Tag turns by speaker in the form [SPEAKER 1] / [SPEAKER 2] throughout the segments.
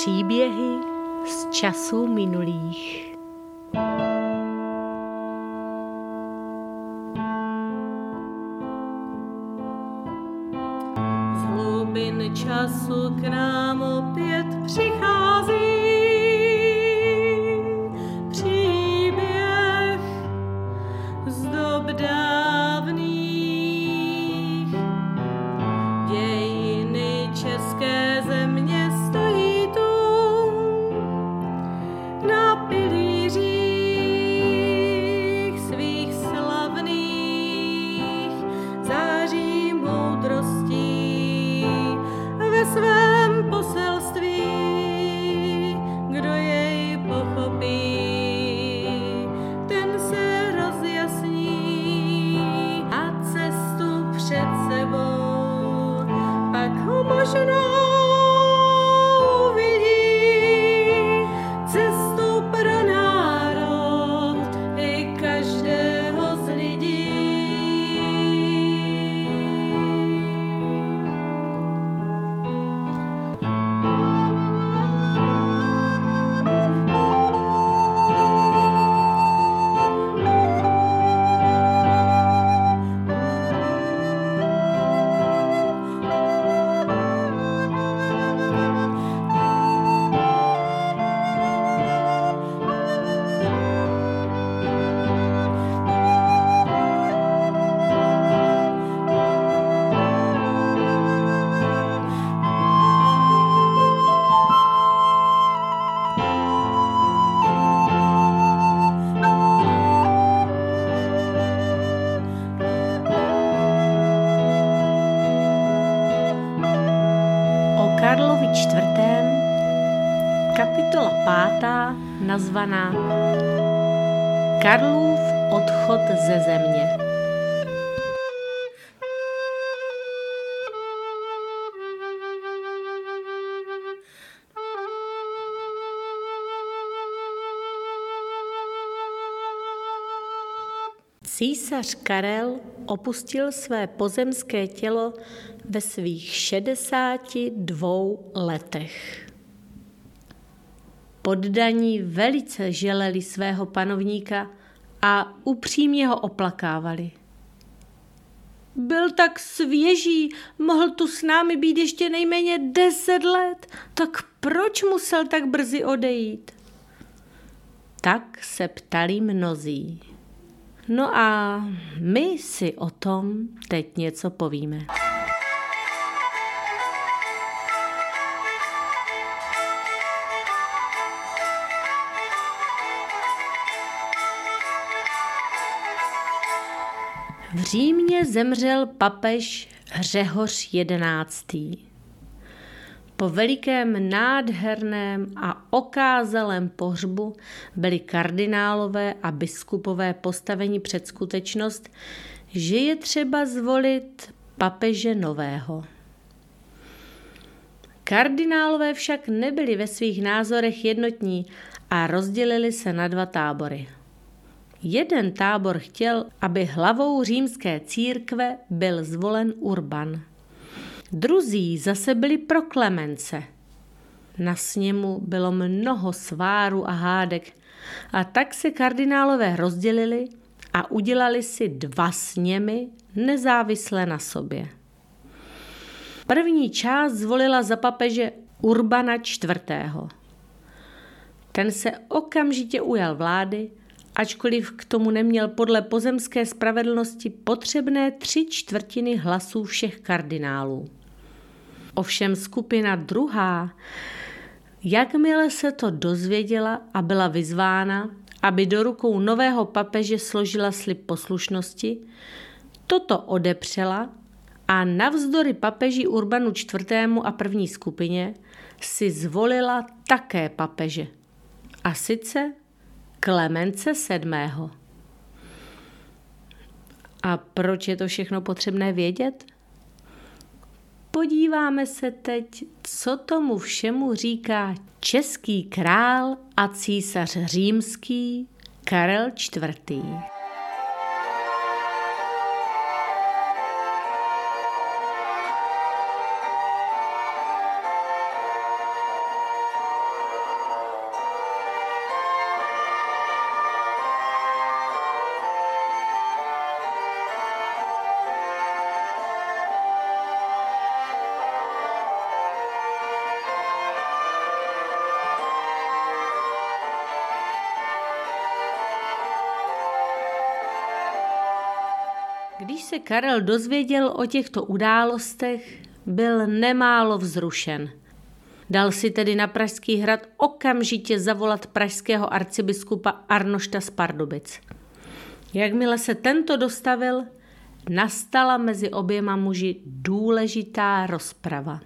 [SPEAKER 1] Příběhy z časů minulých.
[SPEAKER 2] Z hlubin času k nám opět přichází příběh z dob dávných. Dějiny české země stojí tu na pilířích svých slavných, září moudrostí ve svém poselství. Kdo jej pochopí, ten se rozjasní a cestu před sebou pak ho možná uvidí, cestu pro národ i každého z lidí.
[SPEAKER 1] Karlovi IV. Kapitola 5. nazvaná Karlův odchod ze země. Císař Karel opustil své pozemské tělo ve svých 62 letech. Poddaní velice želeli svého panovníka a upřímně ho oplakávali. Byl tak svěží, mohl tu s námi být ještě nejméně 10 let, tak proč musel tak brzy odejít? Tak se ptali mnozí. No a my si o tom teď něco povíme. V Římě zemřel papež Řehoř XI. Po velikém, nádherném a okázalém pohřbu byli kardinálové a biskupové postaveni před skutečnost, že je třeba zvolit papeže nového. Kardinálové však nebyli ve svých názorech jednotní a rozdělili se na 2 tábory. Jeden tábor chtěl, aby hlavou římské církve byl zvolen Urban. Druzí zase byli pro Klemence. Na sněmu bylo mnoho svárů a hádek a tak se kardinálové rozdělili a udělali si 2 sněmy nezávisle na sobě. První část zvolila za papeže Urbana IV. Ten se okamžitě ujal vlády, ačkoliv k tomu neměl podle pozemské spravedlnosti potřebné 3/4 hlasů všech kardinálů. Ovšem skupina druhá, jakmile se to dozvěděla a byla vyzvána, aby do rukou nového papeže složila slib poslušnosti, toto odepřela a navzdory papeži Urbanu IV. A první skupině si zvolila také papeže. A sice Klemence VII. A proč je to všechno potřebné vědět? Podíváme se teď, co tomu všemu říká český král a císař římský Karel IV. Když se Karel dozvěděl o těchto událostech, byl nemálo vzrušen. Dal si tedy na Pražský hrad okamžitě zavolat pražského arcibiskupa Arnošta z Pardubic. Jakmile se tento dostavil, nastala mezi oběma muži důležitá rozprava.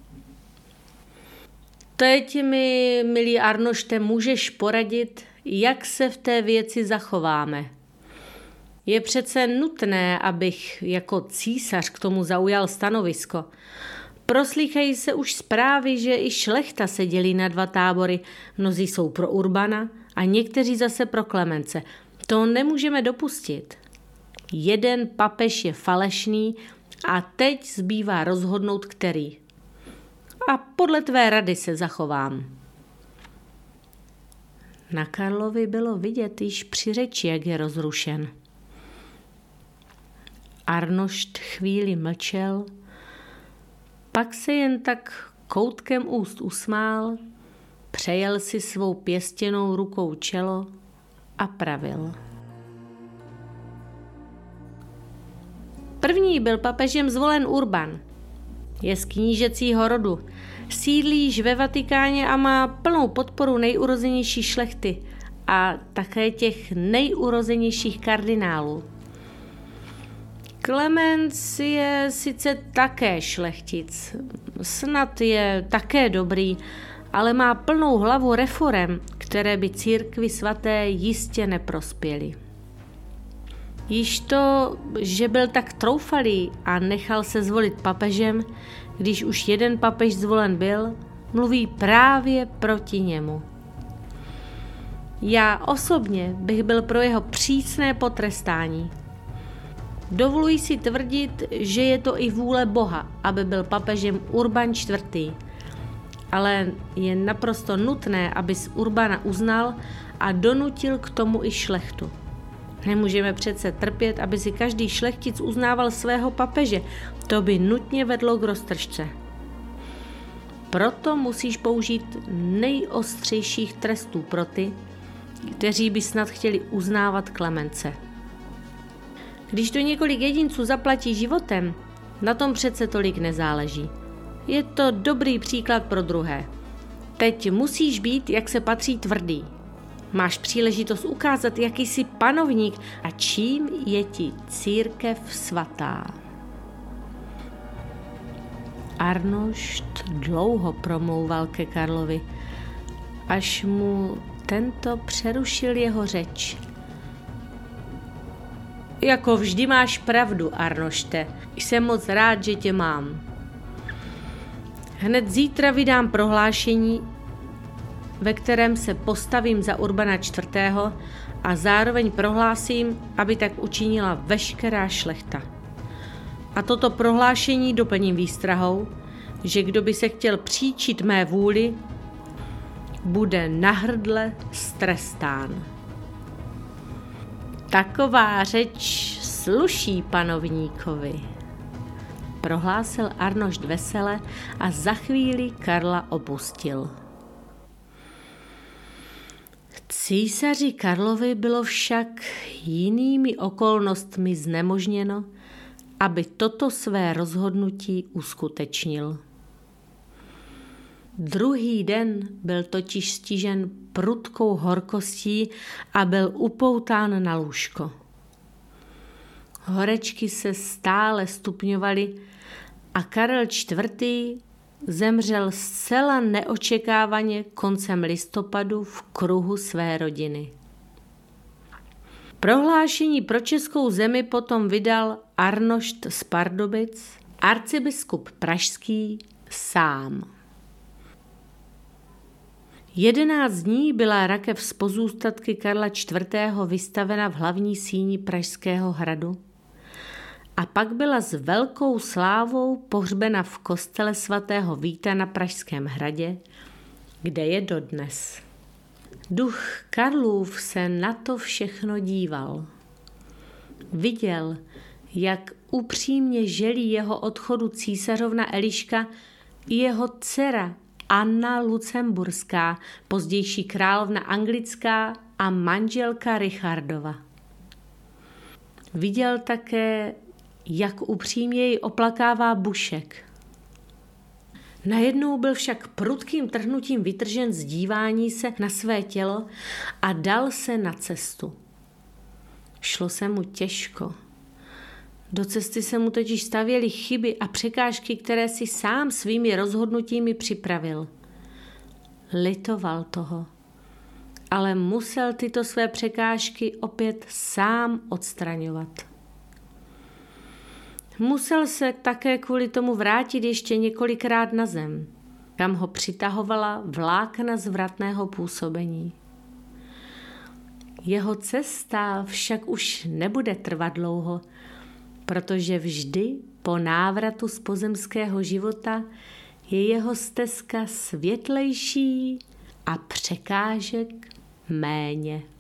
[SPEAKER 1] Teď mi, milý Arnošte, můžeš poradit, jak se v té věci zachováme. Je přece nutné, abych jako císař k tomu zaujal stanovisko. Proslýchají se už zprávy, že i šlechta se dělí na dva tábory. Mnozí jsou pro Urbana a někteří zase pro Klemence. To nemůžeme dopustit. Jeden papež je falešný a teď zbývá rozhodnout, který. A podle tvé rady se zachovám. Na Karlovi bylo vidět již při řeči, jak je rozrušen. Arnošt chvíli mlčel, pak se jen tak koutkem úst usmál, přejel si svou pěstěnou rukou čelo a pravil. První byl papežem zvolen Urban. Je z knížecího rodu, sídlí již ve Vatikáně a má plnou podporu nejurozenější šlechty a také těch nejurozenějších kardinálů. Klemens je sice také šlechtic, snad je také dobrý, ale má plnou hlavu reforem, které by církvi svaté jistě neprospěly. Již to, že byl tak troufalý a nechal se zvolit papežem, když už jeden papež zvolen byl, mluví právě proti němu. Já osobně bych byl pro jeho přísné potrestání. Dovoluji si tvrdit, že je to i vůle Boha, aby byl papežem Urban IV. Ale je naprosto nutné, abys Urbana uznal a donutil k tomu i šlechtu. Nemůžeme přece trpět, aby si každý šlechtic uznával svého papeže. To by nutně vedlo k roztržce. Proto musíš použít nejostřejších trestů pro ty, kteří by snad chtěli uznávat Klemence. Když to několik jedinců zaplatí životem, na tom přece tolik nezáleží. Je to dobrý příklad pro druhé. Teď musíš být, jak se patří, tvrdý. Máš příležitost ukázat, jaký jsi panovník a čím je ti církev svatá. Arnošt dlouho promlouval ke Karlovi, až mu tento přerušil jeho řeč. Jako vždy máš pravdu, Arnošte. Jsem moc rád, že tě mám. Hned zítra vydám prohlášení, ve kterém se postavím za Urbana IV. A zároveň prohlásím, aby tak učinila veškerá šlechta. A toto prohlášení doplním výstrahou, že kdo by se chtěl příčit mé vůli, bude nahrdle strestán. Taková řeč sluší panovníkovi, prohlásil Arnošt vesele a za chvíli Karla opustil. Císaři Karlovi bylo však jinými okolnostmi znemožněno, aby toto své rozhodnutí uskutečnil. Druhý den byl totiž stižen prudkou horkostí a byl upoután na lůžko. Horečky se stále stupňovaly a Karel IV. Zemřel zcela neočekávaně koncem listopadu v kruhu své rodiny. Prohlášení pro českou zemi potom vydal Arnošt z Pardubic, arcibiskup pražský, sám. 11 dní byla rakev z pozůstatky Karla IV. Vystavena v hlavní síni Pražského hradu a pak byla s velkou slávou pohřbena v kostele svatého Víta na Pražském hradě, kde je dodnes. Duch Karlův se na to všechno díval. Viděl, jak upřímně želí jeho odchodu císařovna Eliška i jeho dcera Anna Lucemburská, pozdější královna anglická a manželka Richardova. Viděl také, jak upřímně jej oplakává Bušek. Najednou byl však prudkým trhnutím vytržen z dívání se na své tělo a dal se na cestu. Šlo se mu těžko. Do cesty se mu totiž stavěly chyby a překážky, které si sám svými rozhodnutími připravil. Litoval toho, ale musel tyto své překážky opět sám odstraňovat. Musel se také kvůli tomu vrátit ještě několikrát na zem, kam ho přitahovala vlákna zvratného působení. Jeho cesta však už nebude trvat dlouho, protože vždy po návratu z pozemského života je jeho stezka světlejší a překážek méně.